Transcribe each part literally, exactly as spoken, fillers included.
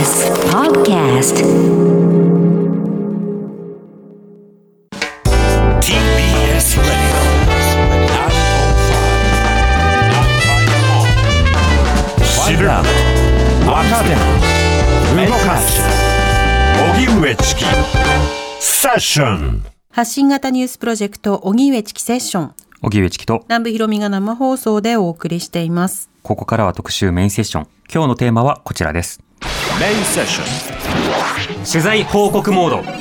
ー Podcast ティービーエス Radio 知る、わかる、動かす荻上チキセッション。 発信型ニュースプロジェクト荻上チキセッション、 荻上チキと南部ひろみが生放送でお送りしています。 ここからは特集メインセッション。今日のテーマはこちらです。 メインセッション、 取材報告モード。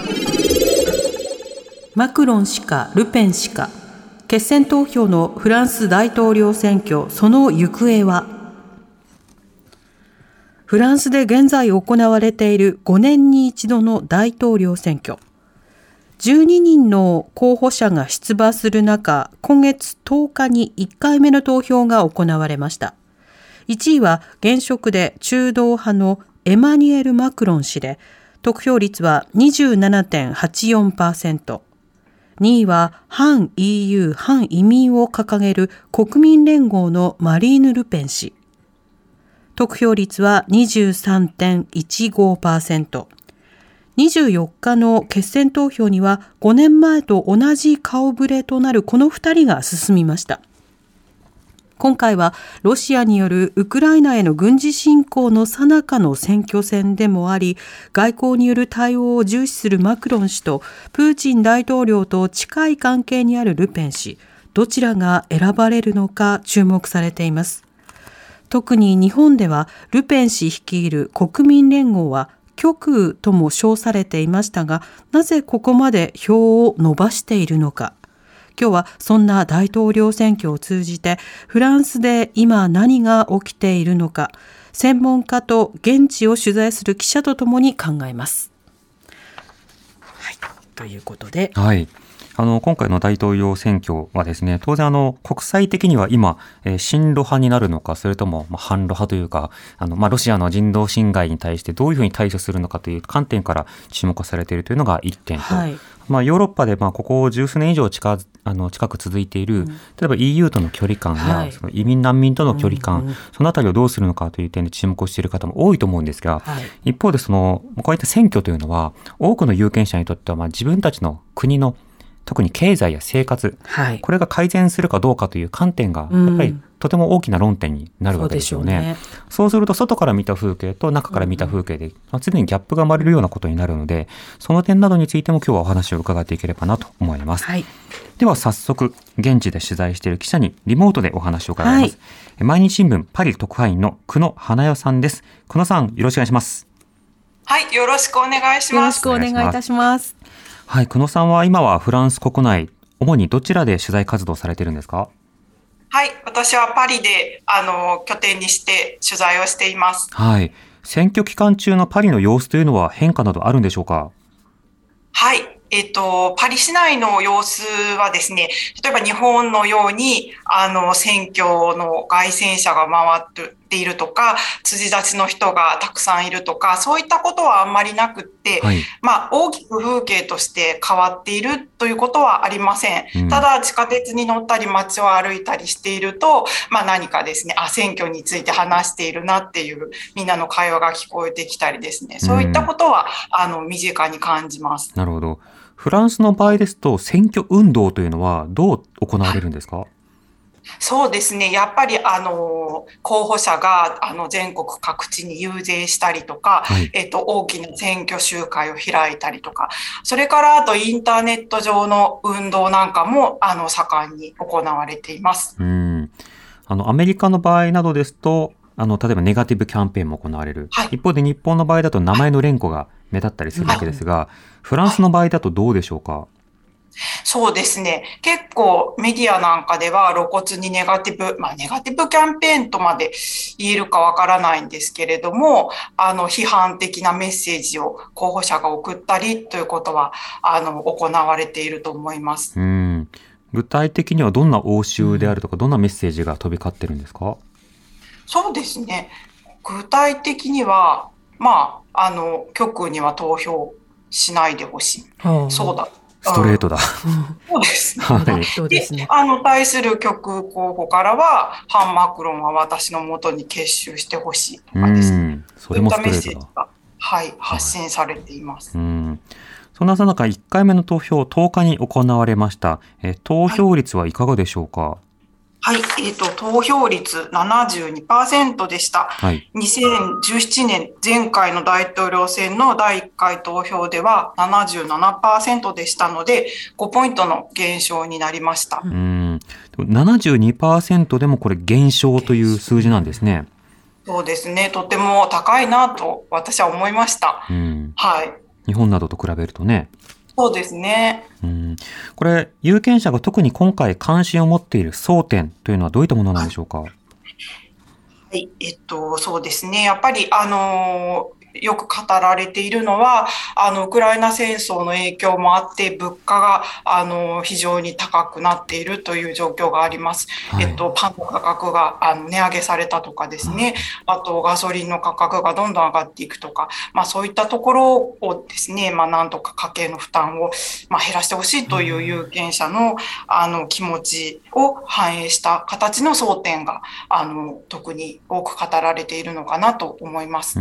マクロン氏かルペン氏か、決選投票のフランス大統領選挙、その行方は。フランスで現在行われているごねんに一度の大統領選挙、じゅうににんの候補者が出馬する中、今月とおかにいっかいめの投票が行われました。いちいは現職で中道派のエマニュエル・マクロン氏で、得票率は にじゅうななてんはちよんパーセント。にいは反 イーユー 反移民を掲げる国民連合のマリーヌ・ルペン氏。得票率は にじゅうさんてんいちごパーセント。にじゅうよっかの決選投票にはごねんまえと同じ顔ぶれとなるこのふたりが進みました。今回はロシアによるウクライナへの軍事侵攻の最中の選挙戦でもあり、外交による対応を重視するマクロン氏とプーチン大統領と近い関係にあるルペン氏、どちらが選ばれるのか注目されています。特に日本ではルペン氏率いる国民連合は極右とも称されていましたが、なぜここまで票を伸ばしているのか。今日はそんな大統領選挙を通じてフランスで今何が起きているのか、専門家と現地を取材する記者とともに考えます。はい、ということで、 はい、あの今回の大統領選挙はですね、当然あの国際的には今、えー、親ロ派になるのか、それとも、まあ、反ロ派というか、あの、まあ、ロシアの人道侵害に対してどういうふうに対処するのかという観点から注目されているというのがいってんと、はい、まあ、ヨーロッパでまあここ十数年以上近あの近く続いている、うん、例えば イーユー との距離感や、はい、その移民難民との距離感、うんうん、そのあたりをどうするのかという点で注目をしている方も多いと思うんですが、はい、一方でそのこういった選挙というのは多くの有権者にとってはまあ自分たちの国の特に経済や生活、はい、これが改善するかどうかという観点がやっぱりとても大きな論点になるわけですよね。うん、そうでしょうね。そうすると外から見た風景と中から見た風景で、まあ、常にギャップが生まれるようなことになるので、その点などについても今日はお話を伺っていければなと思います。はい、では早速現地で取材している記者にリモートでお話を伺います。はい、毎日新聞パリ特派員の久野花代さんです。久野さん、よろしくお願いします。 はい、よろしくお願いします。 よろしくお願いいたします。 はい、久野さんは今はフランス国内、主にどちらで取材活動されているんですか？ はい、私はパリであの拠点にして取材をしています。 はい、選挙期間中のパリの様子というのは変化などあるんでしょうか？ はい、えっと、パリ市内の様子はですね、例えば日本のように、あの、選挙の街宣車が回っているとか、辻立ちの人がたくさんいるとか、そういったことはあんまりなくって、はい、まあ、大きく風景として変わっているということはありません。うん、ただ、地下鉄に乗ったり街を歩いたりしていると、まあ、何かですね、あ、選挙について話しているなっていう、みんなの会話が聞こえてきたりですね、そういったことは、あの、身近に感じます。 なるほど。フランスの場合ですと、選挙運動というのはどう行われるんですか？はい、 そうですね。やっぱり、あの、候補者が、あの、全国各地に遊説したりとか、はい、えっと、大きな選挙集会を開いたりとか、それから、あと、インターネット上の運動なんかも、あの、盛んに行われています。 うん。あの、アメリカの場合などですと、あの、例えばネガティブキャンペーンも行われる。はい、一方で日本の場合だと名前の連呼が目立ったりするわけですが、はい、フランスの場合だとどうでしょうか？ そうですね。結構メディアなんかでは露骨にネガティブ、まあネガティブキャンペーンとまで言えるかわからないんですけれども、あの批判的なメッセージを候補者が送ったりということは、あの行われていると思います。 うん。具体的にはどんな応酬であるとか、うん、どんなメッセージが飛び交ってるんですか？ そうですね。具体的には、まあ、あの、極右には投票しないでほしい。そうだ。 ストレートだ。 そうですね。 はい。 そうですね。 あの、対する極右候補からは、反マクロンは私のもとに結集してほしいとかですね。 うん。それもストレートだ。 はい、発信されています。 うん、そんなさなかいっかいめの投票とおかに行われました。え投票率はいかがでしょうか？ はい、えっと、投票率 ななじゅうにパーセント でした。はい、にせんじゅうななねん前回の大統領選のだいいっかい投票では ななじゅうななパーセント でしたので、ごポイントの減少になりました。 うん、ななじゅうにパーセント でもこれ減少という数字なんですね。 そうですね。とても高いなと私は思いました。 うん、 はい。 日本などと比べるとね。 そうですね。 うん、これ有権者が特に今回関心を持っている争点というのはどういったものなんでしょうか？ はい、えっと、そうですね。やっぱり、あのー、よく語られているのは、あの、ウクライナ戦争の影響もあって、物価が、あの、非常に高くなっているという状況があります。はい、えっと、パンの価格が、あの、値上げされたとかですね、あと、ガソリンの価格がどんどん上がっていくとか、まあ、そういったところをですね、まあ、なんとか家計の負担を、まあ、減らしてほしいという有権者の、あの、気持ちを反映した形の争点が、あの、特に多く語られているのかなと思います。 うん、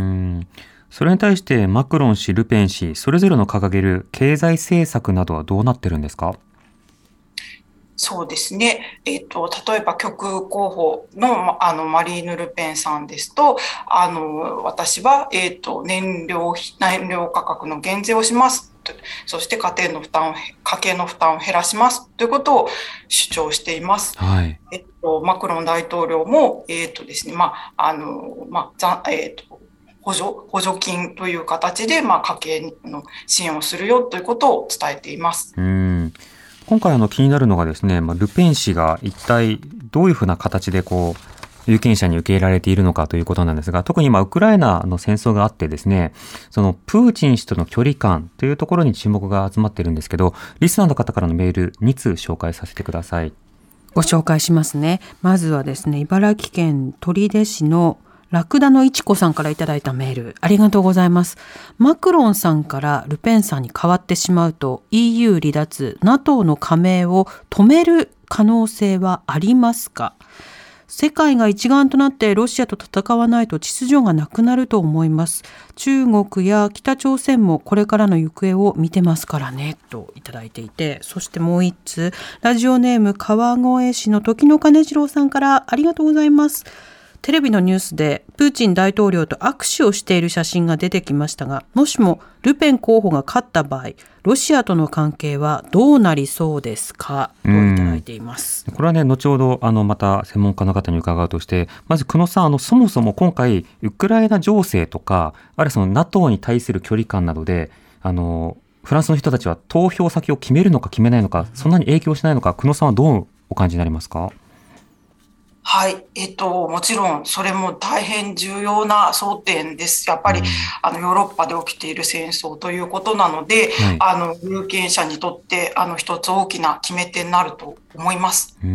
それに対してマクロン氏、ルペン氏、それぞれの掲げる経済政策などはどうなってるんですか？ そうですね。えっと、例えば極右候補の、あの、マリーヌ・ルペンさんですと、あの、私は、えっと、燃料、燃料価格の減税をします。そして家庭の負担を、家計の負担を減らしますということを主張しています。はい。えっと、マクロン大統領も、えっとですね、まあ、あの、まあ、えっと、補助、補助金という形で、まあ、家計の支援をするよということを伝えています。 うん、今回あの気になるのがですね、まあ、ルペン氏が一体どういうふうな形でこう有権者に受け入れられているのかということなんですが、特に今ウクライナの戦争があってですね、そのプーチン氏との距離感というところに注目が集まっているんですけど、リスナーの方からのメールに通紹介させてください。 ご紹介しますね。まずはですね、茨城県取手市のラクダのいちこさんからいただいたメール、ありがとうございます。マクロンさんからルペンさんに変わってしまうと イーユー 離脱、NATO の加盟を止める可能性はありますか？世界が一丸となってロシアと戦わないと秩序がなくなると思います。中国や北朝鮮もこれからの行方を見てますからね、といただいていて、そしてもう一通、ラジオネーム川越市の時の金次郎さんからありがとうございます。テレビのニュースでプーチン大統領と握手をしている写真が出てきましたが、もしもルペン候補が勝った場合、ロシアとの関係はどうなりそうですか、といただいています。 これはね、後ほどあのまた専門家の方に伺うとして、まず久野さん、あのそもそも今回ウクライナ情勢とか、あるいはその NATO に対する距離感などで、あのフランスの人たちは投票先を決めるのか決めないのか、そんなに影響しないのか、久野さんはどうお感じになりますか？ はい。えっと、もちろん、それも大変重要な争点です。やっぱり、うん、あの、ヨーロッパで起きている戦争ということなので、はい、あの、有権者にとって、あの、一つ大きな決め手になると思います。 うん、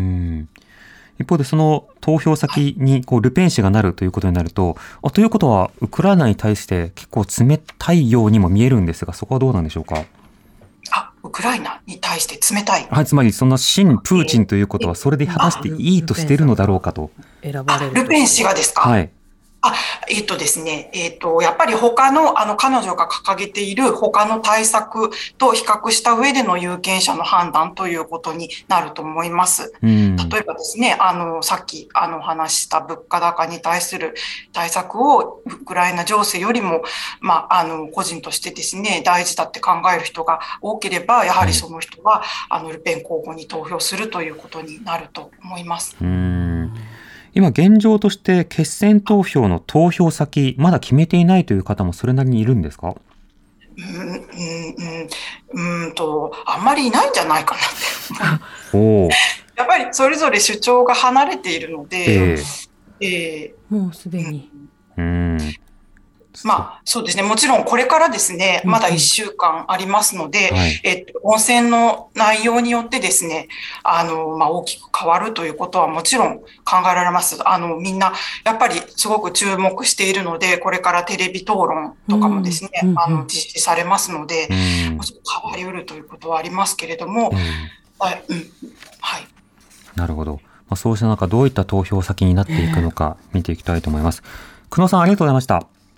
一方で、その投票先に、こう、ルペン氏がなるということになると、あ、ということは、ウクライナに対して結構冷たいようにも見えるんですが、そこはどうなんでしょうか？ あ、ウクライナに対して冷たい。 はい、つまりその親プーチンということはそれで果たしていいとしているのだろうかと。 選ばれるルペン氏がですか？ はい。 あ、えっとですね、えっと、やっぱり他の、あの、彼女が掲げている他の対策と比較した上での有権者の判断ということになると思います。うん、例えばですね、あの、さっき、あの、話した物価高に対する対策をウクライナ情勢よりも、まあ、あの、個人としてですね、大事だって考える人が多ければ、やはりその人は、はい、あの、ルペン候補に投票するということになると思います。 うん、今現状として決選投票の投票先まだ決めていないという方もそれなりにいるんですか？ うんうんうんうんとあんまりいないんじゃないかなっておやっぱりそれぞれ主張が離れているので、 えーえー、もうすでに、 うん、 まあそうですね。もちろんこれからですね、まだいっしゅうかんありますので、うんはい、えっと、本選の内容によってですね、あの、まあ大きく変わるということはもちろん考えられます。あの、みんなやっぱりすごく注目しているので、これからテレビ討論とかもですね、うんうん、あの、実施されますので、うん、変わり得るということはありますけれども、うんはいうん、はい。 なるほど。まあ、そうした中、どういった投票先になっていくのか見ていきたいと思います。久野さん、ありがとうございました。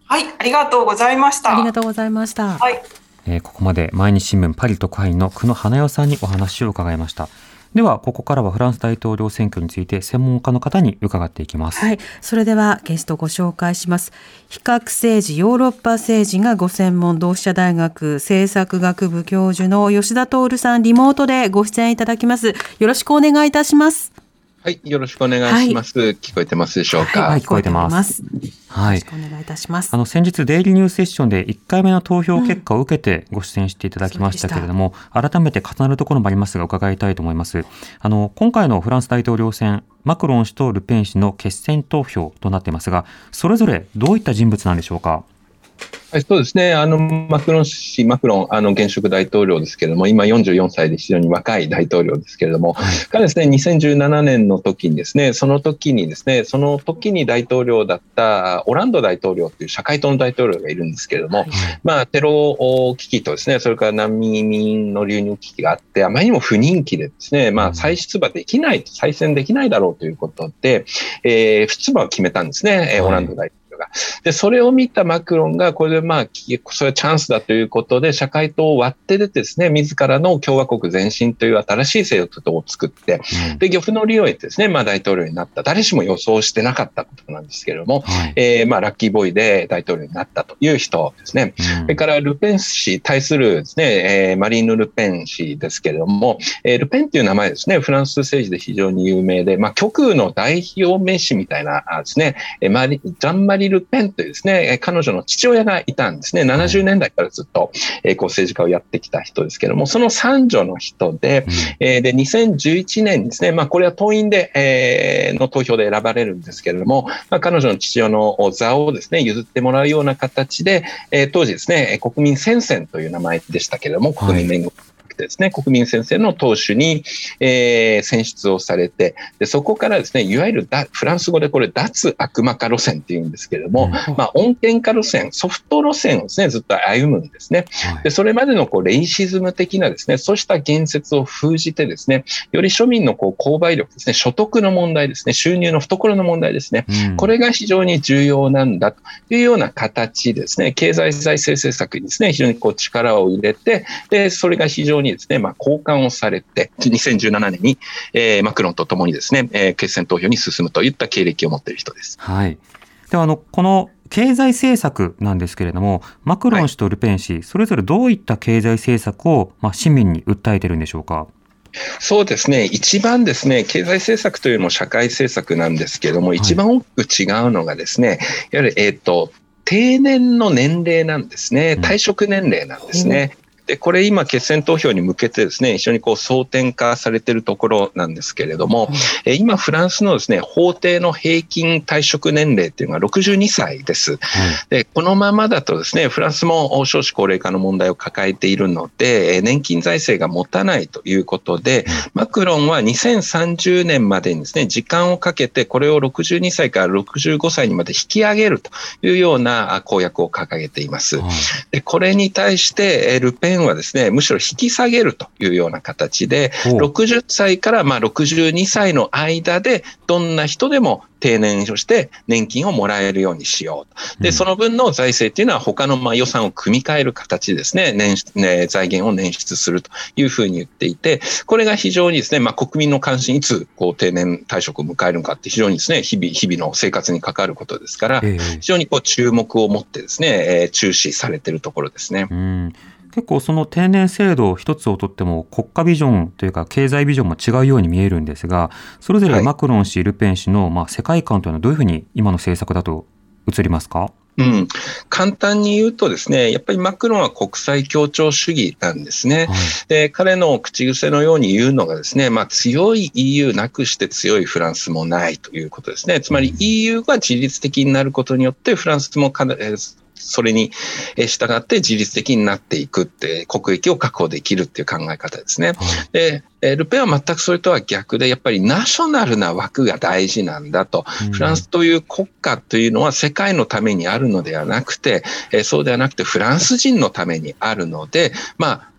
はい、ありがとうございました。 ありがとうございました。 はい。 えー、ここまで毎日新聞パリ特派員の久野花代さんにお話を伺いました。ではここからはフランス大統領選挙について専門家の方に伺っていきます。 はい、それではゲストをご紹介します。比較政治ヨーロッパ政治がご専門、同志社大学政策学部教授の吉田徹さん、リモートでご出演いただきます。よろしくお願いいたします。 はい、よろしくお願いします。はい、聞こえてますでしょうか。 はい、聞こえてます。 はい、 よろしくお願いいたします。 あの先日デイリーニュースセッションでいっかいめの投票結果を受けてご出演していただきましたけれども、うん、改めて重なるところもありますが伺いたいと思います。あの今回のフランス大統領選、マクロン氏とルペン氏の決選投票となっていますが、それぞれどういった人物なんでしょうか。 はい、そうですね。あの、マクロン氏、マクロン、あの、現職大統領ですけれども、今よんじゅうよんさいで非常に若い大統領ですけれども、はい、彼ですね、にせんじゅうななねんの時にですね、その時にですね、その時に大統領だったオランド大統領という社会党の大統領がいるんですけれども、はい、まあ、テロ危機とですね、それから難民の流入危機があって、あまりにも不人気でですね、まあ、再出馬できない、再選できないだろうということで、えー、不出馬を決めたんですね、はい、オランド大統領。で、それを見たマクロンが、これでまあ、それはチャンスだということで、社会党を割って出てですね、自らの共和国前進という新しい政党を作って、うん、で、漁夫の利を得てですね、まあ大統領になった。誰しも予想してなかったことなんですけれども、はい、えー、まあラッキーボーイで大統領になったという人ですね。うん、それからルペン氏対するですね、えー、マリーヌ・ルペン氏ですけれども、えー、ルペンという名前ですね、フランス政治で非常に有名で、まあ極右の代表名詞みたいなですね、マリ、ジャンマリ・ルペンというですね、彼女の父親がいたんですね。ななじゅうねんだいからずっと、えー、こう政治家をやってきた人ですけども、その三女の人で、うん、えー、で、にせんじゅういちねんにですね、まあこれは党員で、えー、の投票で選ばれるんですけれども、まあ、彼女の父親の座をですね、譲ってもらうような形で、えー、当時ですね、国民戦線という名前でしたけれども、国民連合、はいですね、国民先生の党首に、えー、選出をされて、でそこからですね、いわゆるだフランス語でこれ脱悪魔化路線っていうんですけれども、うん、まあ、穏健化路線、ソフト路線をですね、ずっと歩むんですね。はい、でそれまでのこうレイシズム的なですね、そうした言説を封じてですね、より庶民のこう購買力ですね、所得の問題ですね、収入の懐の問題ですね、うん、これが非常に重要なんだというような形ですね、経済財政政策にですね、非常にこう力を入れて、でそれが非常にですね、まあ、交換をされて、にせんじゅうななねんに、えー、マクロンとともにですね、えー、決選投票に進むといった経歴を持っている人です。 はい。では、あの、この経済政策なんですけれども、マクロン氏とルペン氏、はい、それぞれどういった経済政策を、まあ、市民に訴えているんでしょうか。 そうですね。一番ですね、経済政策というのも社会政策なんですけれども、一番大きく違うのがですね、やはり、えっと、定年の年齢なんですね。退職年齢なんですね。うん、で、これ今決選投票に向けてですね、非常にこう争点化されているところなんですけれども、うん、え今フランスのですね、法定の平均退職年齢っていうのがろくじゅうにさいです。うん、で、このままだとですね、フランスも少子高齢化の問題を抱えているので、年金財政が持たないということで、うん、マクロンはにせんさんじゅうねんまでにですね、時間をかけてこれをろくじゅうにさいからろくじゅうごさいにまで引き上げるというような公約を掲げています。うん、で、これに対してルペンはですね、むしろ引き下げるというような形で、ろくじゅっさいからまあろくじゅうにさいの間でどんな人でも定年をして年金をもらえるようにしよう。で、その分の財政というのは他のまあ予算を組み替える形でですね、年ね財源を捻出するというふうに言っていて、これが非常にですね、まあ国民の関心いつこう定年退職を迎えるのかって非常にですね、日々日々の生活に関わることですから、非常にこう注目を持ってですね、えー、注視されているところですね。 うん、結構その定年制度一つをとっても国家ビジョンというか経済ビジョンも違うように見えるんですが、それぞれマクロン氏、ルペン氏のまあ世界観というのはどういうふうに今の政策だと映りますか？ うん、簡単に言うとですね、やっぱりマクロンは国際協調主義なんですね。はい、で、彼の口癖のように言うのがですね、まあ強い イーユー なくして強いフランスもないということですね。つまり イーユー が自律的になることによってフランスもかなりそれに従って自律的になっていくって国益を確保できるっていう考え方ですね。はい、でルペンは全くそれとは逆で、やっぱりナショナルな枠が大事なんだと。うん、フランスという国家というのは世界のためにあるのではなくて、そうではなくてフランス人のためにあるので、まあ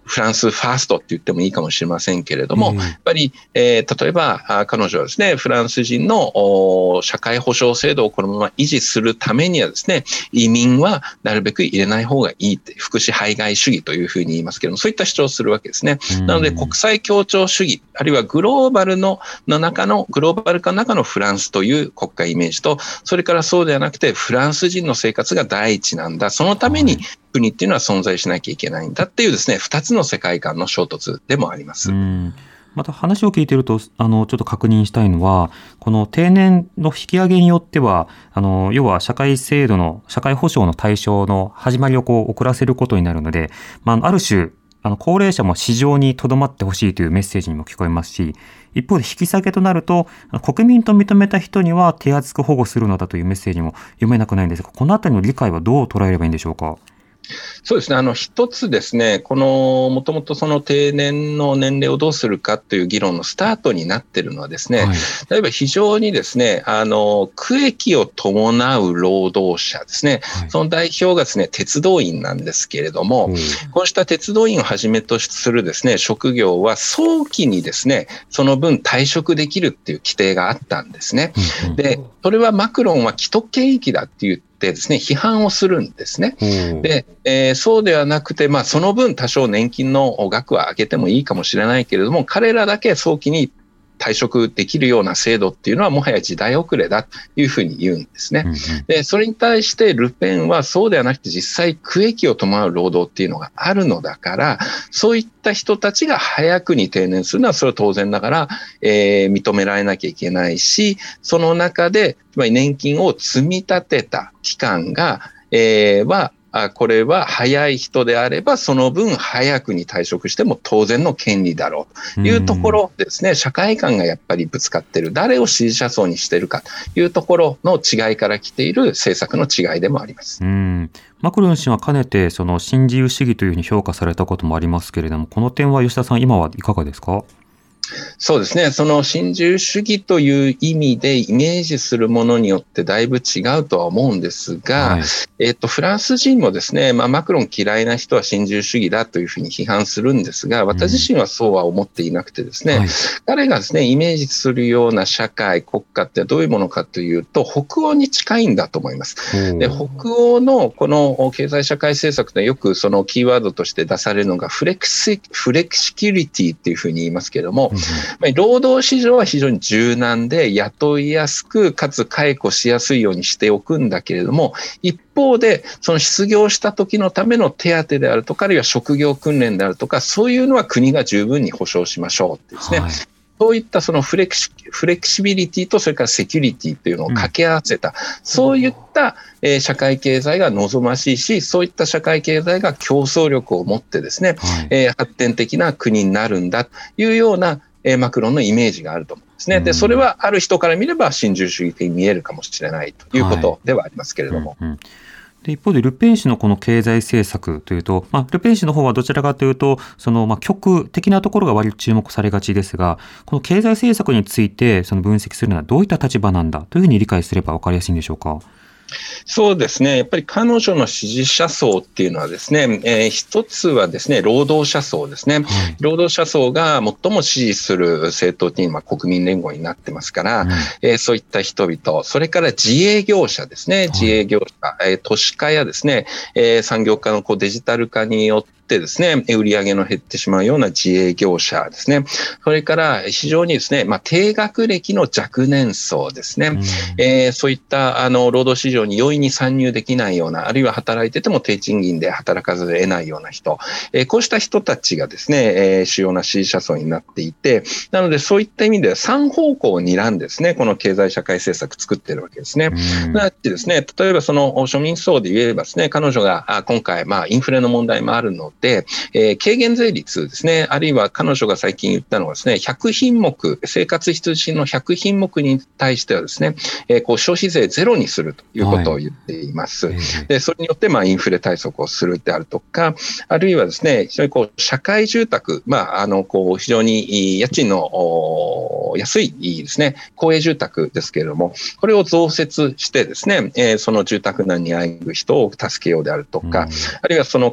フランスファーストって言ってもいいかもしれませんけれども、うん、やっぱり、えー、例えば彼女はですね、フランス人の社会保障制度をこのまま維持するためにはですね、移民はなるべく入れない方がいいって、福祉排外主義というふうに言いますけども、そういった主張をするわけですね。うん、なので国際協調主義、あるいはグローバルのの中の、グローバル化の中のフランスという国家イメージと、それからそうではなくてフランス人の生活が第一なんだ。そのために国っていうのは存在しなきゃいけないんだっていうですね、二つの世界観の衝突でもあります。 うん、また話を聞いていると、あの、ちょっと確認したいのは、この定年の引き上げによっては、あの、要は社会制度の、社会保障の対象の始まりをこう遅らせることになるので、まあ、ある種、あの、高齢者も市場に留まってほしいというメッセージにも聞こえますし、一方で引き下げとなると、国民と認めた人には手厚く保護するのだというメッセージも読めなくないんですが、このあたりの理解はどう捉えればいいんでしょうか。 そうですね。あの、一つですね、この、もともとその定年の年齢をどうするかという議論のスタートになっているのはですね、はい、例えば非常にですね、あの、区域を伴う労働者ですね、はい、その代表がですね、鉄道員なんですけれども、うん、こうした鉄道員をはじめとするですね、職業は早期にですね、その分退職できるっていう規定があったんですね。うんうん、で、それはマクロンは既得権益だっていうでですね、批判をするんですね。で、えー、そうではなくて、まあ、その分多少年金の額は上げてもいいかもしれないけれども、彼らだけ早期に退職できるような制度っていうのはもはや時代遅れだというふうに言うんですね。で、それに対してルペンはそうではなくて実際区域を伴う労働っていうのがあるのだから、そういった人たちが早くに定年するのはそれは当然ながら、えー、認められなきゃいけないし、その中でつまり年金を積み立てた期間が、えー、はこれは早い人であればその分早くに退職しても当然の権利だろうというところですね、社会観がやっぱりぶつかっている、誰を支持者層にしているかというところの違いから来ている政策の違いでもあります。 うん、マクロン氏はかねてその新自由主義というふうに評価されたこともありますけれども、この点は吉田さん今はいかがですか。 そうですね。その新自由主義という意味でイメージするものによってだいぶ違うとは思うんですが、はい、えっと、フランス人もですね、まあ、マクロン嫌いな人は新自由主義だというふうに批判するんですが、私自身はそうは思っていなくてですね、うんはい、彼がですね、イメージするような社会、国家ってどういうものかというと、北欧に近いんだと思います。で、北欧のこの経済社会政策でよくそのキーワードとして出されるのがフレクシ、フレキシキュリティっていうふうに言いますけれども、うん、労働市場は非常に柔軟で雇いやすくかつ解雇しやすいようにしておくんだけれども、一方でその失業した時のための手当であるとか、あるいは職業訓練であるとか、そういうのは国が十分に保障しましょうってですね、はい、そういったそのフレキシ、フレキシビリティとそれからセキュリティというのを掛け合わせた、うん、そういった、えー、社会経済が望ましいし、そういった社会経済が競争力を持ってですね、はい、えー、発展的な国になるんだというようなマクロンのイメージがあると思うんですね。で、それはある人から見れば新自由主義的に見えるかもしれないということではありますけれども。はい、うんうん、 で一方でルペン氏のこの経済政策というと、まあ、ルペン氏の方はどちらかというとそのまあ極的なところが割と注目されがちですが、この経済政策についてその分析するのはどういった立場なんだというふうに理解すれば分かりやすいんでしょうか。 そうですね。やっぱり彼女の支持者層っていうのはですね、えー、一つはですね、労働者層ですね。はい、労働者層が最も支持する政党っていうのは国民連合になってますから、うん、えー、そういった人々、それから自営業者ですね、自営業者、はい、えー、都市化やですね、えー、産業化のこうデジタル化によってでですね、売り上げの減ってしまうような自営業者ですね。それから非常にですね、まあ、低学歴の若年層ですね。うん、えー、そういったあの労働市場に容易に参入できないような、あるいは働いてても低賃金で働かざるを得ないような人、えー、こうした人たちがですね、えー、主要な支持者層になっていて、なのでそういった意味では三方向を睨んでですね、この経済社会政策作ってるわけですね。うん、だってですね、例えばその庶民層で言えばですね、彼女が今回まあインフレの問題もあるので、で、えー、軽減税率ですね、あるいは彼女が最近言ったのはですね、ひゃくひんもく、生活必需品のひゃくひんもくに対してはですね、えー、こう消費税ゼロにするということを言っています。はい、で、それによってまあインフレ対策をするであるとか、あるいはですね、非常にこう社会住宅、まあ、あの、こう非常に家賃の安いですね、公営住宅ですけれども、これを増設してですね、えー、その住宅難にあえぐ人を助けようであるとか、うん、あるいはその国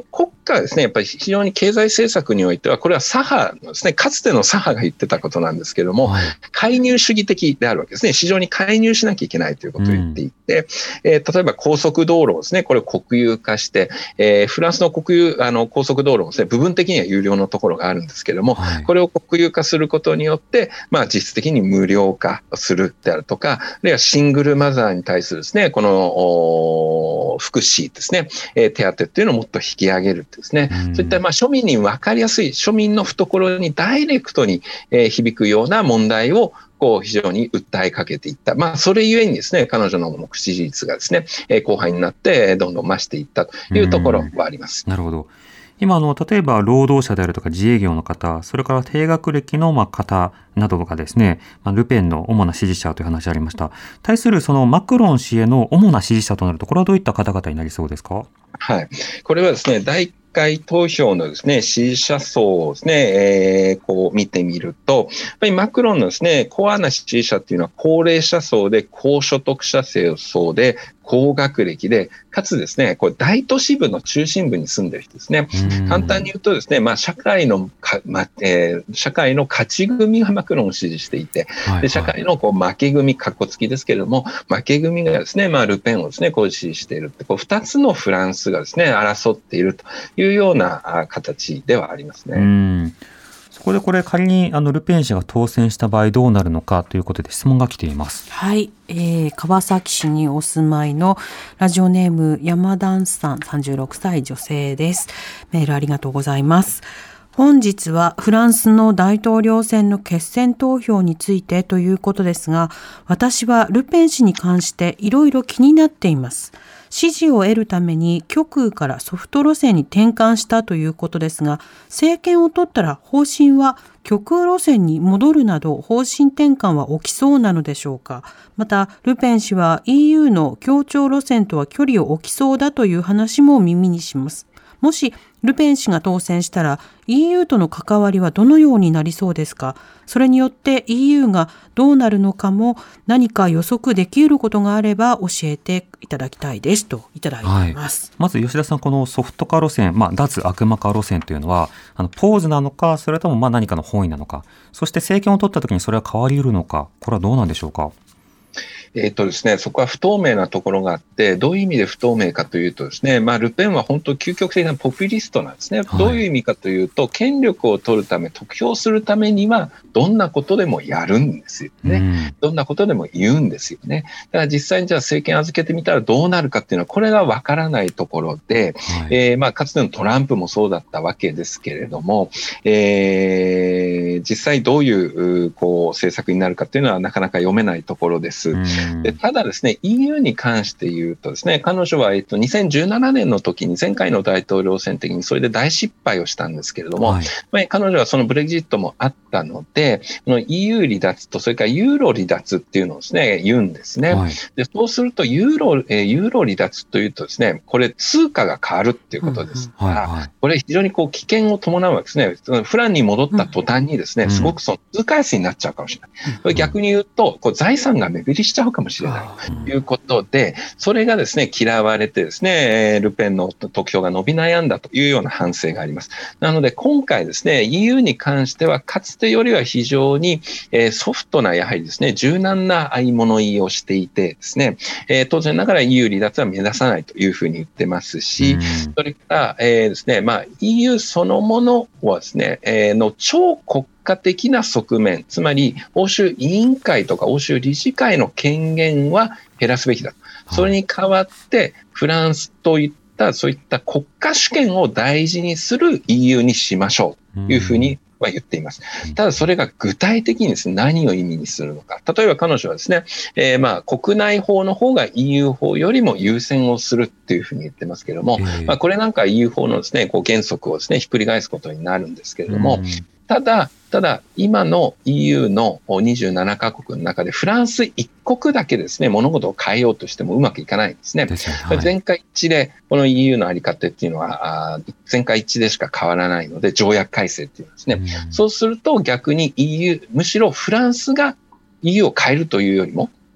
カーですね、やっぱり非常に経済政策においては、これは左派のですね、かつての左派が言ってたことなんですけれども、はい、介入主義的であるわけですね。市場に介入しなきゃいけないということを言っていて、うんえー、例えば高速道路をですね、これを国有化して、えー、フランスの国有、あの、高速道路もですね、部分的には有料のところがあるんですけれども、はい、これを国有化することによって、まあ、実質的に無料化するであるとか、あるいはシングルマザーに対するですね、この、福祉ですね、えー、手当っていうのをもっと引き上げるですね、うん、そういったまあ庶民に分かりやすい、庶民の懐にダイレクトに響くような問題をこう非常に訴えかけていった。まあ、それゆえにですね、彼女の目視率がですね、後輩になってどんどん増していったというところはあります。 なるほど。今あの、例えば労働者であるとか自営業の方、それから低学歴のまあ方などがですね、まあ、ルペンの主な支持者という話ありました。対するそのマクロン氏への主な支持者となると、これはどういった方々になりそうですか？ はい。これはですね、第一回投票のですね、支持者層をですね、えー、こう見てみると、やっぱりマクロンのですね、コアな支持者っていうのは高齢者層で、高所得者層で、高学歴で、かつですね、これ大都市部の中心部に住んでる人ですね。簡単に言うとですね、まあ社会のか、まえー、社会の勝ち組がマクロンを支持していて、はいはい、で社会のこう負け組、かっこつきですけれども、負け組がですね、まあルペンをですね、こう支持しているって、こう二つのフランスがですね、争っているというような形ではありますね。 うんそこでこれ仮にあのルペン氏が当選した場合どうなるのかということで質問が来ています。 はい、えー、川崎市にお住まいのラジオネーム山田さん、さんじゅうろくさい女性です。メールありがとうございます。本日はフランスの大統領選の決選投票についてということですが、私はルペン氏に関していろいろ気になっています。支持を得るために極右からソフト路線に転換したということですが、政権を取ったら方針は極右路線に戻るなど方針転換は起きそうなのでしょうか。また、ルペン氏は イーユー の協調路線とは距離を置きそうだという話も耳にします。もしルペン氏が当選したら イーユー との関わりはどのようになりそうですか？それによって イーユー がどうなるのかも何か予測できることがあれば教えていただきたいですといただいています。 はい、まず吉田さん、このソフト化路線、まあ、脱悪魔化路線というのはあのポーズなのか、それともまあ何かの本意なのか、そして政権を取った時にそれは変わり得るのか、これはどうなんでしょうか？ えっとですね、そこは不透明なところがあって、どういう意味で不透明かというとですね、まあ、ルペンは本当究極的なポピュリストなんですね。はい、どういう意味かというと、権力を取るため、得票するためには、どんなことでもやるんですよね。うん、どんなことでも言うんですよね。だから実際にじゃあ政権預けてみたらどうなるかっていうのは、これがわからないところで、はい、えー、まあ、かつてのトランプもそうだったわけですけれども、えー、実際どういう、こう、政策になるかっていうのはなかなか読めないところです。うん、でただですね、イーユー に関して言うとですね、彼女は、えっと、にせんじゅうななねんの時に前回の大統領選的にそれで大失敗をしたんですけれども、はい、まあ、彼女はそのブレグジットもあったので、この イーユー 離脱とそれからユーロ離脱っていうのをですね、言うんですね。はい、でそうするとユーロ、えー、ユーロ離脱というとですね、これ通貨が変わるっていうことですから、うんはいはい、これ非常にこう危険を伴うわけですね。フランに戻った途端にですね、うん、すごくその通貨安になっちゃうかもしれない。これ逆に言うと、こう財産が目減りしちゃうかもしれない。ということで、それがですね、嫌われてですね、ルペンの得票が伸び悩んだというような反省があります。なので、今回ですね、イーユー に関しては、かつてよりは非常にソフトな、やはりですね、柔軟な相物言いをしていてですね、当然ながら イーユー 離脱は目指さないというふうに言ってますし、それから、えー、ですね、まあ、イーユー そのものはですね、えー、の超国家的な側面、つまり欧州委員会とか欧州理事会の権限は減らすべきだ。それに代わってフランスといったそういった国家主権を大事にする イーユー にしましょうというふうには言っています。ただそれが具体的にですね、何を意味にするのか。例えば彼女はですね、えー、まあ国内法の方が イーユー 法よりも優先をするっていうふうに言ってますけれども、まあこれなんか イーユー 法のですね、こう原則をですね、ひっくり返すことになるんですけれども、ただ、ただ、今の イーユー のにじゅうななカ国の中でフランス一国だけですね、物事を変えようとしてもうまくいかないんですね。ですね、はい、全会一致で、この イーユー のあり方っていうのは、全会一致でしか変わらないので、条約改正っていうんですね。うん、そうすると逆に イーユー、むしろフランスが イーユー を変えるというよりも、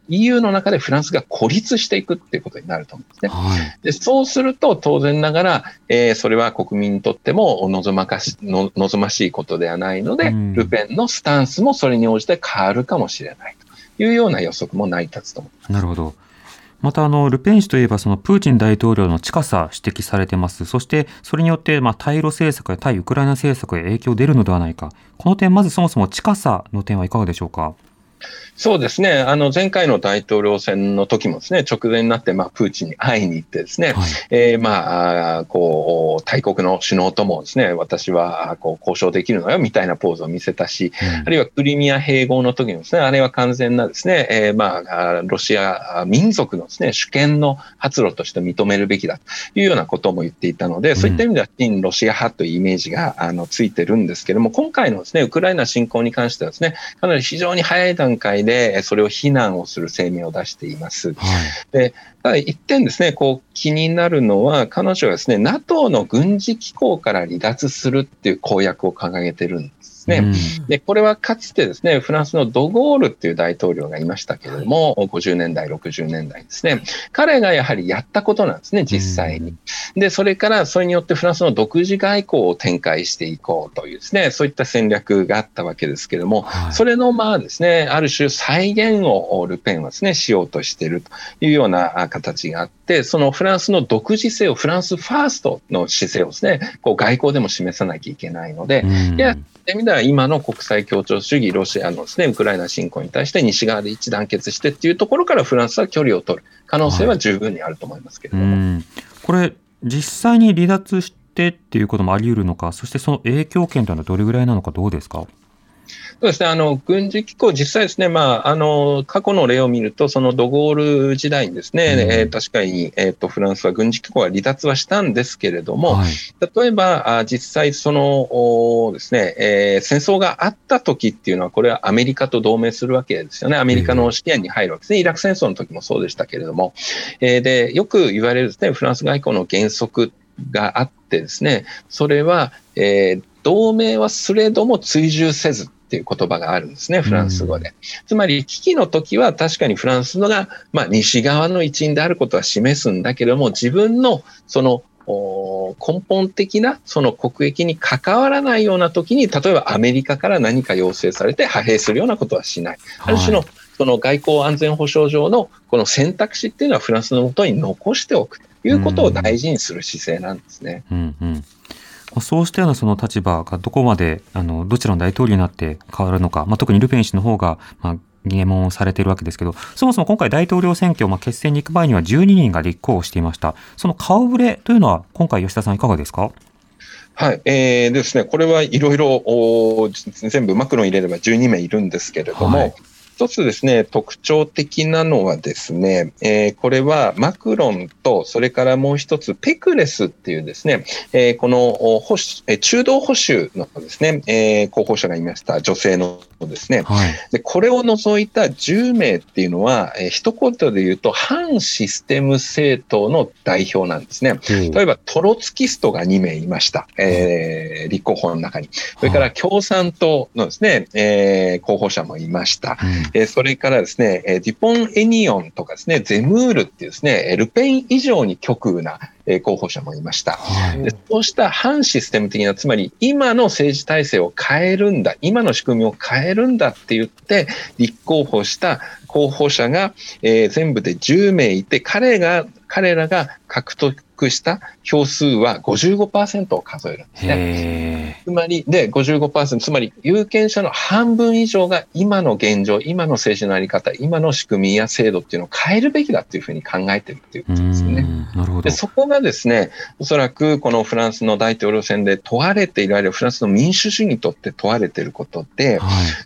イーユー の中でフランスが孤立していくっていうことになると思うんですね。はい、でそうすると当然ながら、えー、それは国民にとっても望まかしの望ましいことではないので、うん、ルペンのスタンスもそれに応じて変わるかもしれないというような予測も成り立つと思います。 なるほど。またあのルペン氏といえばそのプーチン大統領の近さ指摘されてます。そしてそれによってまあ対ロ政策や対ウクライナ政策へ影響出るのではないか。この点まずそもそも近さの点はいかがでしょうか。 そうですね。あの、前回の大統領選の時もですね、直前になって、まあ、プーチンに会いに行ってですね、はい、えー、まあ、こう、大国の首脳ともですね、私は、こう、交渉できるのよ、みたいなポーズを見せたし、うん、あるいはクリミア併合の時もですね、あれは完全なですね、えー、まあ、ロシア民族のですね、主権の発露として認めるべきだというようなことも言っていたので、うん、そういった意味では、親ロシア派というイメージが、あの、ついてるんですけれども、今回のですね、ウクライナ侵攻に関してはですね、かなり非常に早い段階で、でそれを非難をする声明を出しています。はい、でただ一点ですね、こう気になるのは、彼女はですね、NATO の軍事機構から離脱するっていう公約を掲げてるんですね。うん、でこれはかつてですね、フランスのドゴールっていう大統領がいましたけれども、ごじゅうねんだい、ろくじゅうねんだいですね、彼がやはりやったことなんですね、実際に。うん、でそれからそれによってフランスの独自外交を展開していこうというですね、そういった戦略があったわけですけれども、はい、それのまあですね、ある種再現をルペンはですね、しようとしているというような形があって、そのフランスの独自性を、フランスファーストの姿勢をですね、こう外交でも示さなきゃいけないので、うん、いやそういう意味では今の国際協調主義、ロシアのですね、ウクライナ侵攻に対して西側で一致団結してっていうところからフランスは距離を取る可能性は十分にあると思いますけれども。はい、うんこれ実際に離脱してっていうこともあり得るのか、そしてその影響圏というのはどれぐらいなのか、どうですか。 そうですね、あの軍事機構、実際ですね、まあ、あの過去の例を見ると、そのドゴール時代にですね、うんえー、確かに、えーと、フランスは軍事機構は離脱はしたんですけれども、はい、例えば、あ実際そのですね、えー、戦争があった時っていうのは、これはアメリカと同盟するわけですよね。アメリカの視野に入るわけですね。イラク戦争の時もそうでしたけれども、えー、でよく言われるですね、フランス外交の原則があってですね、それは、えー、同盟はすれども追従せずっていう言葉があるんですね、フランス語で。つまり危機の時は確かにフランスのが、まあ、西側の一員であることは示すんだけども、自分のその根本的なその国益に関わらないような時に、例えばアメリカから何か要請されて派兵するようなことはしない。ある種のその外交安全保障上のこの選択肢っていうのはフランスのもとに残しておくということを大事にする姿勢なんですね。 うんうんそうしたようなその立場がどこまであのどちらの大統領になって変わるのか、まあ、特にルペン氏の方が、まあ、疑問をされているわけですけど、そもそも今回大統領選挙、まあ、決選に行く前にはじゅうににんが立候補していました。その顔ぶれというのは今回吉田さんいかがですか。 はい、えー、ですね、これはいろいろ全部マクロン入れればじゅうにめいいるんですけれども、はい一つですね、特徴的なのはですね、えー、これはマクロンと、それからもう一つペクレスっていうですね、えー、この保守中道保守のですね、えー、候補者がいました、女性のですね、はい、でこれを除いたじゅうめいっていうのは、えー、一言で言うと反システム政党の代表なんですね。うん、例えばトロツキストがにめいいました、えー、立候補の中に。それから共産党のですね、えー、候補者もいました。うんえー、それからですね、デュポン・エニオンとかですね、ゼムールっていうですね、ルペン以上に極右な候補者もいました。はい、でそうした反システム的な、つまり今の政治体制を変えるんだ、今の仕組みを変えるんだって言って立候補した候補者が、えー、全部でじゅうめいいて、彼が彼らが獲得した票数は ごじゅうごパーセント を数えるんですね。つまりで ごじゅうごパーセント、つまり有権者の半分以上が今の現状、今の政治のあり方、今の仕組みや制度っていうのを変えるべきだっていうふうに考えているっていうことですね。 なるほど。 でそこがですね、おそらくこのフランスの大統領選で問われている、あるいはフランスの民主主義にとって問われていることで、はい、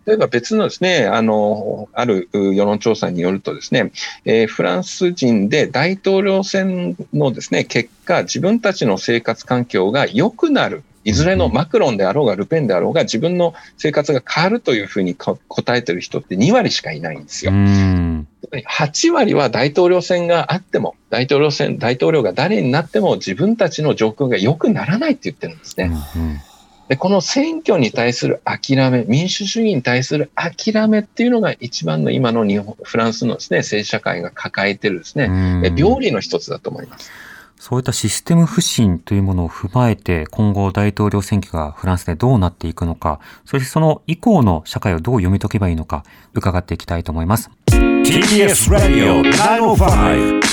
例えば別のですね、あのある世論調査によるとですね、えー、フランス人で大統領選のですね結果、自分たちの生活環境が良くなる、いずれのマクロンであろうがルペンであろうが自分の生活が変わるというふうに答えている人ってにわりしかいないんですよ。うんはちわりは大統領選があっても、大統領選大統領が誰になっても自分たちの状況が良くならないって言ってるんですね。うんうんでこの選挙に対する諦め、民主主義に対する諦めっていうのが一番の今の日本フランスのですね、政治社会が抱えているですね、病理の一つだと思います。 そういったシステム不信というものを踏まえて、今後大統領選挙がフランスでどうなっていくのか、そしてその以降の社会をどう読み解けばいいのか、伺っていきたいと思います。 ティービーエス Radio きゅうまるご、きゅうごよん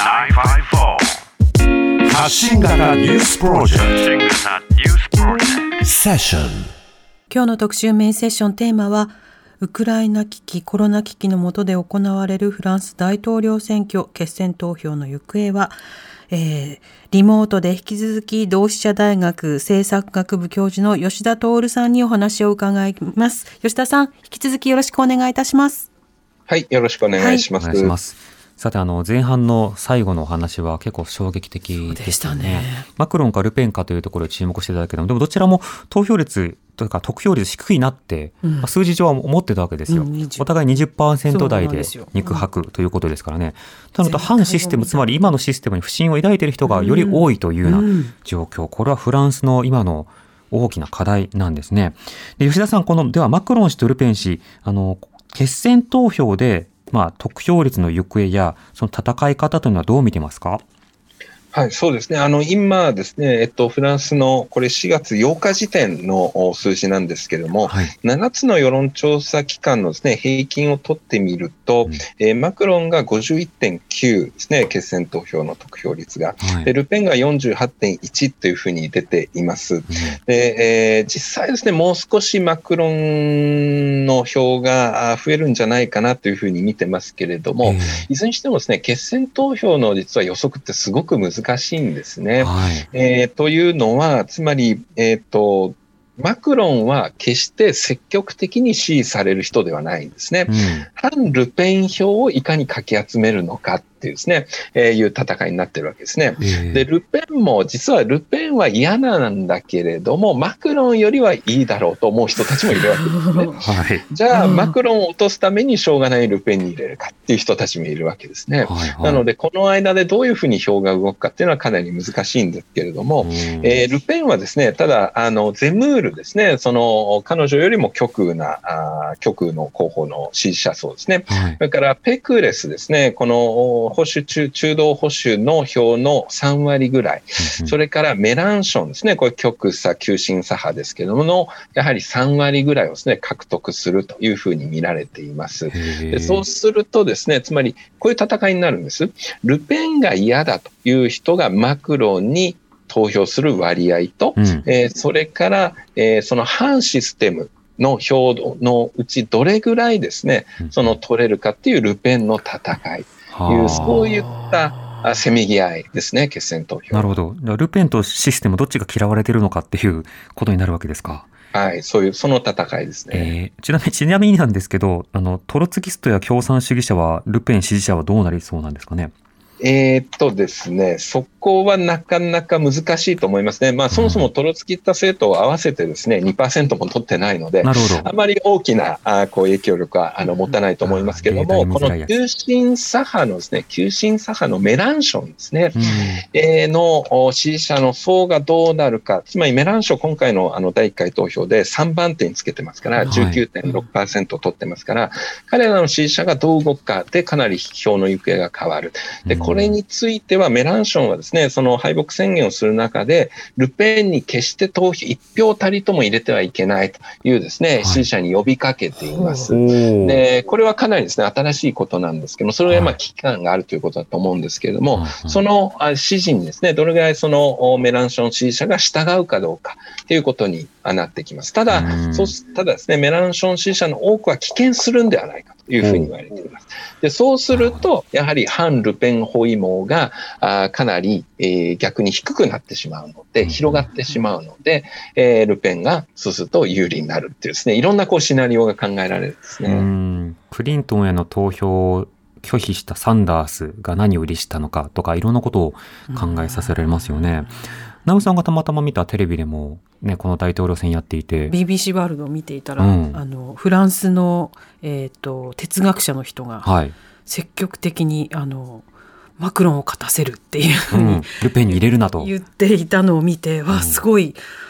発信型ニュースプロジェクトセッション。 今日の特集メインセッションテーマは、ウクライナ危機、コロナ危機の下で行われるフランス大統領選挙決選投票の行方は、えー、リモートで引き続き同志社大学政策学部教授の吉田徹さんにお話を伺います。吉田さん、引き続きよろしくお願いいたします。 はい、よろしくお願いします。 はい、お願いします。さて、あの前半の最後のお話は結構衝撃的でしたね。 そうでしたね。 マクロンかルペンかというところに注目していただけども、でもどちらも投票率というか得票率低いなって、うんまあ、数字上は思ってたわけですよ、うん、お互い にじゅっパーセント 台で肉薄ということですからね。なので反システム、つまり今のシステムに不信を抱いている人がより多いというような状況、これはフランスの今の大きな課題なんですね。で、吉田さん、このではマクロン氏とルペン氏、あの決選投票で、まあ、得票率の行方やその戦い方というのはどう見てますか？ はい、そうですね。あの、今ですね、えっと、フランスの、これしがつようか時点の数字なんですけども、はい、ななつの世論調査機関のですね、平均を取ってみると、うんえー、マクロンが ごじゅういってんきゅう ですね、決選投票の得票率が。はい、でルペンが よんじゅうはちてんいち というふうに出ています。うん、で、えー、実際ですね、もう少しマクロンの票が増えるんじゃないかなというふうに見てますけれども、いずれにしてもですね、決選投票の実は予測ってすごく難しい難しいんですね。はいえー、というのは、つまり、えーと、マクロンは決して積極的に支持される人ではないんですね。うん、反ルペン票をいかにかき集めるのかっていうですね、えー、いう戦いになってるわけですね。で、ルペンも、実はルペンは嫌なんだけれども、マクロンよりはいいだろうと思う人たちもいるわけですね。はい、じゃあ、マクロンを落とすためにしょうがないルペンに入れるかっていう人たちもいるわけですね。はいはい、なので、この間でどういうふうに票が動くかっていうのはかなり難しいんですけれども、えー、ルペンはですね、ただ、あの、ゼムールですね、その、彼女よりも極右な、あ極右の候補の支持者層ですね。はい、それから、ペクレスですね、この、保守中、中道保守の票のさんわりぐらい、うん、それからメランションですね、これ極左、急進左派ですけどもの、やはりさんわりぐらいをですね、獲得するというふうに見られています。でそうするとですね、つまりこういう戦いになるんです。ルペンが嫌だという人がマクロンに投票する割合と、うんえー、それから、えー、その反システムの票のうちどれぐらいですね、その取れるかっていうルペンの戦い。いう、そういったせめぎ合いですね、決選投票。 なるほど。ルペンとシステムどっちが嫌われているのかっていうことになるわけですか。 はい、そういう、その戦いですね。 えー、ちなみに、ちなみになんですけど、あの、トロツキストや共産主義者は、ルペン支持者はどうなりそうなんですかね。 えーっとですね、そこはなかなか難しいと思いますね。まあ、そもそもトロツキッタ政党を合わせてですね、にパーセントも取ってないので、あまり大きなあこう影響力はあの持たないと思いますけれども、この急進左派のですね、急進左派のメランションですね、うんえー、の支持者の層がどうなるか、つまりメランション今回のあのだいいっかい投票でさんばんてにつけてますから、じゅうきゅうてんろくパーセント 取ってますから、はい、彼らの支持者がどう動くかでかなり票の行方が変わる。でこれについてはメランションはですね、その敗北宣言をする中で、ルペンに決して投票いち票たりとも入れてはいけないというですね、支持者に呼びかけています。で、これはかなりですね、新しいことなんですけども、それはまあ危機感があるということだと思うんですけれども、その支持にですね、どれぐらいそのメランション支持者が従うかどうかということになってきます。ただ、そうただですね、メランション支持者の多くは棄権するんではないかというふうに言われています。でそうすると、やはり反ルペン包囲網があかなり、えー、逆に低くなってしまうので、広がってしまうので、えー、ルペンがそうすると有利になるっていうですね、いろんなこうシナリオが考えられるんですね。 うんクリントンへの投票を拒否したサンダースが何を売りしたのかとか、いろんなことを考えさせられますよね。ナウさんがたまたま見たテレビでも、ね、この大統領選やっていてビービーシー ワールドを見ていたら、うん、あのフランスの、えーと、哲学者の人が積極的に、はい、あのマクロンを勝たせるっていうふうに、うん、 ルペンに入れるなと言っていたのを見て、わすごい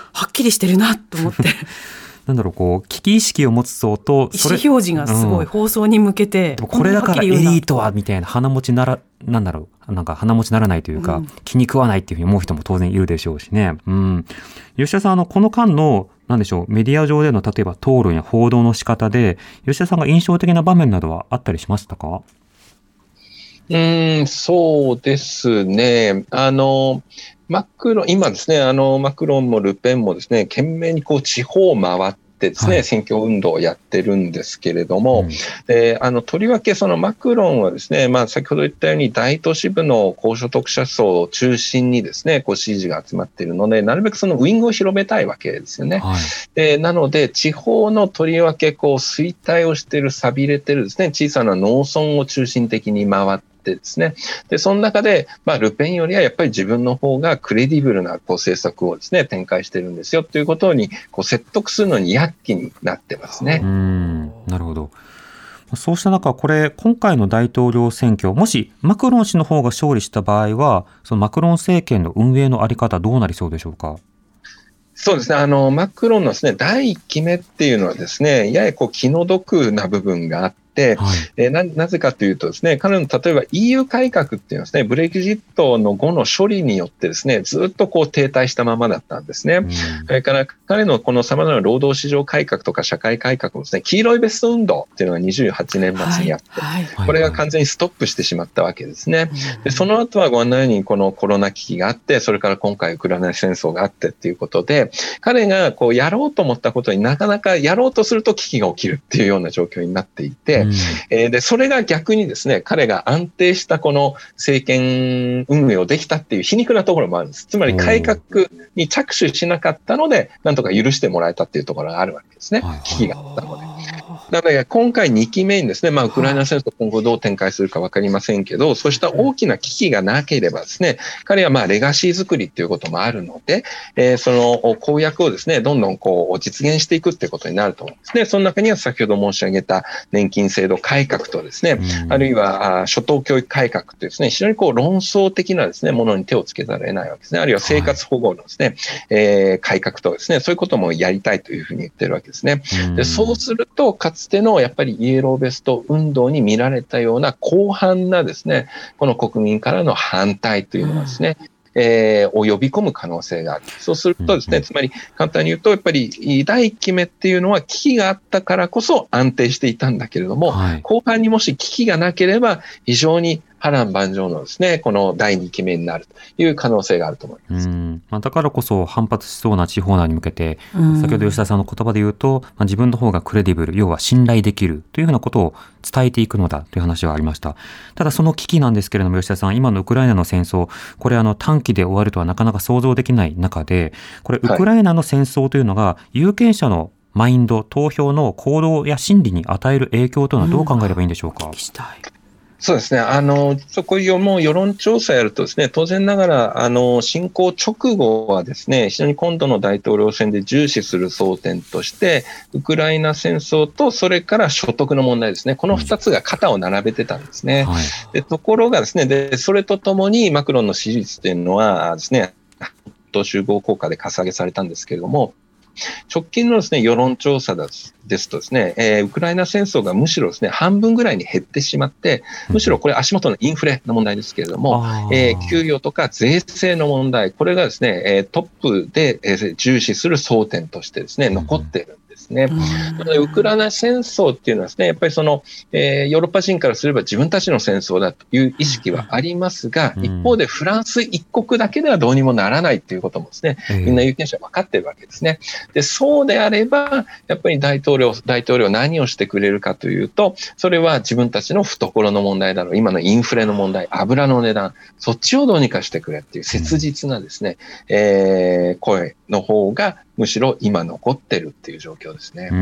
はっきりしてるなと思ってなんだろう、こう危機意識を持つ層と意思表示がすごい、うん、放送に向けてこれだからエリートはみたいな鼻持ちならなんだろうなんか鼻持ちならないというか、うん、気に食わないっていうふうに思う人も当然いるでしょうしね。うん、吉田さん、あのこの間のなんでしょうメディア上での例えば討論や報道の仕方で吉田さんが印象的な場面などはあったりしましたか？ うーん、そうですね。あのマクロン、今ですね、あの、マクロンもルペンもですね、懸命にこう地方を回ってですね、はい、選挙運動をやってるんですけれども、うん、えー、あの、とりわけそのマクロンはですね、まあ先ほど言ったように大都市部の高所得者層を中心にですね、こう支持が集まっているので、なるべくそのウィングを広めたいわけですよね。はい、でなので、地方のとりわけこう衰退をしている、錆びれているですね、小さな農村を中心的に回って、ですね、でその中で、まあ、ルペンよりはやっぱり自分の方がクレディブルなこう政策をですね展開してるんですよということにこう説得するのに躍起になってますね。 うーん、なるほど。そうした中、これ今回の大統領選挙、もしマクロン氏の方が勝利した場合はそのマクロン政権の運営のあり方どうなりそうでしょうか？ そうですね。あの、マクロンのですね、第一期目っていうのはですね、ややこう気の毒な部分があって、はい、えー、な, なぜかというとですね、彼の例えば イーユー 改革っていうのはですね、ブレグジットの後の処理によってですね、ずっとこう停滞したままだったんですね。うん、それから彼のこの様々な労働市場改革とか社会改革もですね、黄色いベスト運動っていうのがにじゅうはちねん末にあって、はいはい、これが完全にストップしてしまったわけですね。でその後はご覧のようにこのコロナ危機があって、それから今回ウクライナ戦争があってっていうことで、彼がこうやろうと思ったことになかなかやろうとすると危機が起きるっていうような状況になっていて、うん、えー、でそれが逆にですね、彼が安定したこの政権運営をできたっていう皮肉なところもあるんです。つまり改革に着手しなかったので、なんとか許してもらえたっていうところがあるわけですね。危機があったので。なので今回にきめにですね、まあウクライナ戦争今後どう展開するか分かりませんけど、そうした大きな危機がなければですね、彼はまあレガシー作りっていうこともあるので、えー、その公約をですね、どんどんこう実現していくっていうことになると思うんですね。その中には先ほど申し上げた年金制度改革とですね、あるいは初等教育改革というですね、非常にこう論争的なですね、ものに手をつけざるを得ないわけですね。あるいは生活保護のですね、はい、えー、改革とですね、そういうこともやりたいというふうに言ってるわけですね。でそうすると、かつてのやっぱりイエローベスト運動に見られたような広範なですね、この国民からの反対というのはですね、えー、を呼び込む可能性がある。そうするとですね、つまり簡単に言うと、やっぱり第一期目っていうのは危機があったからこそ安定していたんだけれども、はい、後半にもし危機がなければ非常に波乱万丈のですね、このだいにきめになるという可能性があると思います。 うん、まあ、だからこそ反発しそうな地方内に向けて、先ほど吉田さんの言葉で言うと、まあ、自分の方がクレディブル、要は信頼できるというふうなことを伝えていくのだという話がありました。ただその危機なんですけれども、吉田さん、今のウクライナの戦争、これあの短期で終わるとはなかなか想像できない中で、これウクライナの戦争というのが有権者のマインド、投票の行動や心理に与える影響というのはどう考えればいいんでしょうか？うん、聞きしたい。 そうですね。あの、そこもう世論調査やるとですね、当然ながら、あの、侵攻直後はですね、非常に今度の大統領選で重視する争点として、ウクライナ戦争と、それから所得の問題ですね。この二つが肩を並べてたんですね。はい、でところがですね、で、それとともにマクロンの支持率というのはですね、集合効果でかさ上げされたんですけれども、直近のですね、世論調査ですとですね、えー、ウクライナ戦争がむしろですね、半分ぐらいに減ってしまって、むしろこれ足元のインフレの問題ですけれども、えー、給与とか税制の問題、これがですね、えー、トップで、えー、重視する争点としてですね、残っている。ね、なのでウクライナ戦争っていうのはですね、やっぱりその、えー、ヨーロッパ人からすれば自分たちの戦争だという意識はありますが、うん、一方でフランス一国だけではどうにもならないっていうこともですね、みんな有権者は分かっているわけですね。で、そうであれば、やっぱり大統領、大統領何をしてくれるかというと、それは自分たちの懐の問題だろう、今のインフレの問題、油の値段、そっちをどうにかしてくれっていう切実なですね、うん、えー、声の方がむしろ今残ってるっていう状況ですね。 うん、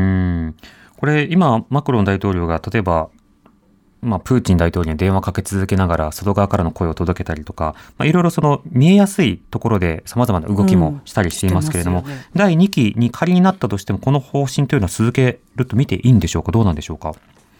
これ今マクロン大統領が例えば、まあ、プーチン大統領に電話かけ続けながら外側からの声を届けたりとか、まあ、いろいろその見えやすいところで様々な動きもしたりしていますけれども、うんね、だいにきに仮になったとしてもこの方針というのは続けると見ていいんでしょうか？どうなんでしょうか？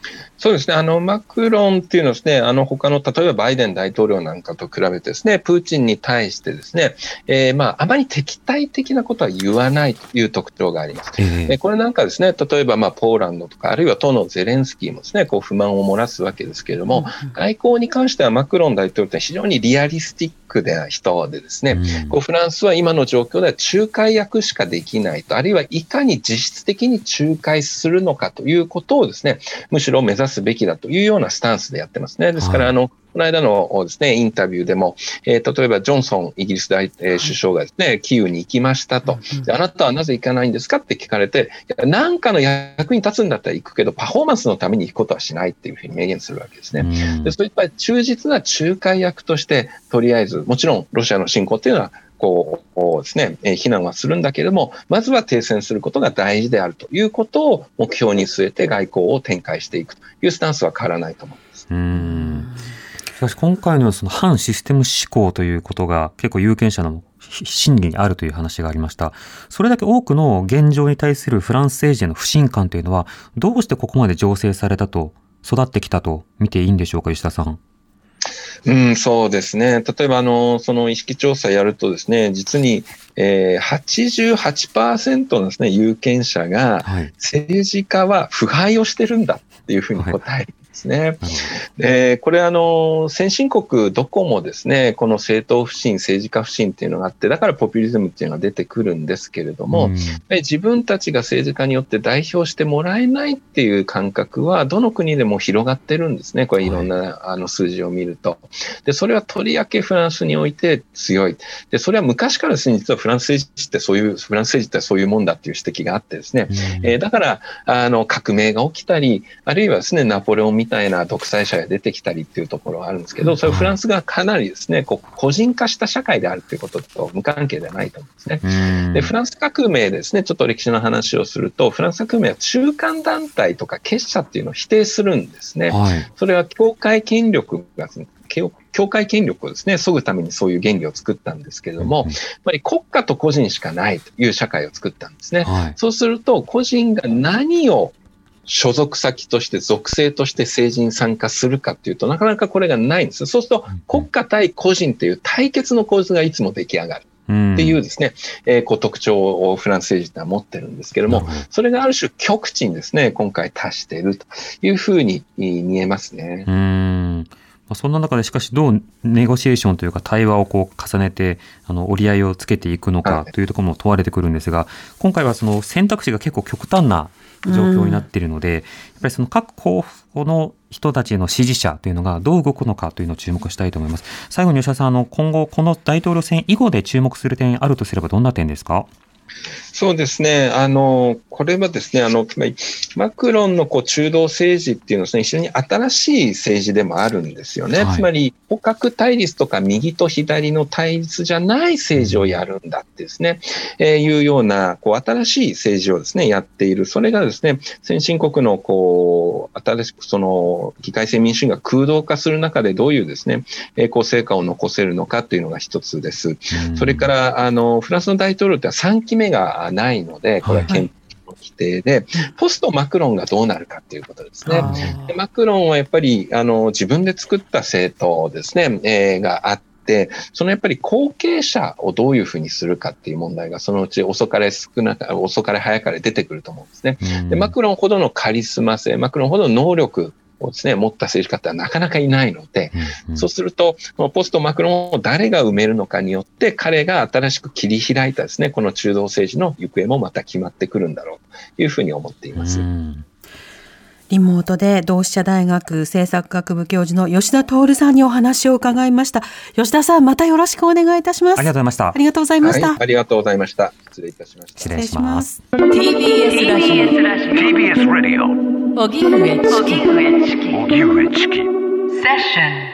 そうですね。あの、マクロンっていうのはですね、あの、他の、例えばバイデン大統領なんかと比べてですね、プーチンに対してですね、えー、まあ、あまり敵対的なことは言わないという特徴があります。えー、これなんかですね、例えば、まあ、ポーランドとか、あるいは当のゼレンスキーもですね、こう、不満を漏らすわけですけれども、うん、外交に関してはマクロン大統領って非常にリアリスティックな人でですね、うん、こうフランスは今の状況では仲介役しかできないと、あるいはいかに実質的に仲介するのかということをですね、むしろ目指すべきだというようなスタンスでやってますね。ですから、はい、あの、この間のですね、インタビューでも、えー、例えばジョンソンイギリス大、えー、首相がですね、キーウに行きましたと。で、あなたはなぜ行かないんですかって聞かれて、何かの役に立つんだったら行くけど、パフォーマンスのために行くことはしないっていうふうに明言するわけですね。で、そういった忠実な仲介役として、とりあえず、もちろんロシアの侵攻っていうのは、こうですね、えー、非難はするんだけれども、まずは停戦することが大事であるということを目標に据えて外交を展開していくというスタンスは変わらないと思います。 うーん。しかし今回のその反システム思考ということが結構有権者の心理にあるという話がありました。それだけ多くの現状に対するフランス政治への不信感というのはどうしてここまで醸成されたと、育ってきたと見ていいんでしょうか、吉田さん。 うん、そうですね。例えば、あの、その意識調査やるとですね、実に、えー、はちじゅうはちパーセント のですね、有権者が、政治家は腐敗をしてるんだっていうふうに答えるんですね。はい、でこれ、あの、先進国どこもですね、この政党不信、政治家不信っていうのがあって、だからポピュリズムっていうのが出てくるんですけれども、うん、自分たちが政治家によって代表してもらえないっていう感覚は、どの国でも広がってるんですね。これいろんな、はい、あの数字を見ると。で、それはとりわけフランスにおいて強い。で、それは昔からですね、実はフランス政治ってそういう、フランス政治ってそういうもんだっていう指摘があってですね、うん、えー、だから、あの、革命が起きたり、あるいはですね、ナポレオンみたいな独裁者が出てきたりっていうところがあるんですけど、それフランスがかなりですね、こう、個人化した社会であるということと無関係ではないと思うんですね。うん、で、フランス革命ですね、ちょっと歴史の話をすると、フランス革命は中間団体とか結社っていうのを否定するんですね。はい、それは教会権力がですね、教会権力をですね、削ぐためにそういう原理を作ったんですけれども、やっぱり国家と個人しかないという社会を作ったんですね。はい、そうすると、個人が何を所属先として属性として政治に参加するかっていうと、なかなかこれがないんです。そうすると、国家対個人という対決の構図がいつも出来上がる。っていうですね、えー、こう特徴をフランス政治っては持ってるんですけれども、それがある種極致にですね、今回達しているというふうに見えますね。 うーん、そんな中でしかしどうネゴシエーションというか対話をこう重ねてあの折り合いをつけていくのかというところも問われてくるんですが、今回はその選択肢が結構極端な状況になっているので、やっぱりその各候補の人たちの支持者というのがどう動くのかというのを注目したいと思います。最後に吉田さん、あの今後この大統領選以後で注目する点あるとすればどんな点ですか？ そうですね。あの、これはですね、あの、つまり、マクロンのこう中道政治っていうのはですね、非常に新しい政治でもあるんですよね。はい、つまり、互角対立とか右と左の対立じゃない政治をやるんだってですね、えー、いうような、こう、新しい政治をですね、やっている。それがですね、先進国のこう、新しくその、議会制民主主義が空洞化する中でどういうですね、えー、こう、成果を残せるのかというのが一つです。それから、あの、フランスの大統領ってはさんきめがないので、これは憲法の規定で、はい、ポストマクロンがどうなるかということですね。でマクロンはやっぱりあの自分で作った政党ですね、えー、があって、そのやっぱり後継者をどういうふうにするかっていう問題がそのうち遅かれ少なか遅かれ早かれ出てくると思うんですね。でマクロンほどのカリスマ性、マクロンほどの能力をですね、持った政治家ってなかなかいないので、うんうん、そうすると、ポストマクロンを誰が埋めるのかによって、彼が新しく切り開いたですね、この中道政治の行方もまた決まってくるんだろうというふうに思っています。うん、 リモートで同志社大学政策学部教授の吉田徹さんにお話を伺いました。吉田さん、またよろしくお願いいたします。 ありがとうございました。 ありがとうございました。 はい、ありがとうございました。失礼いたしました。 失礼します。 ティービーエス ラジオティービーエス ラジオ荻上チキ荻上チキセッション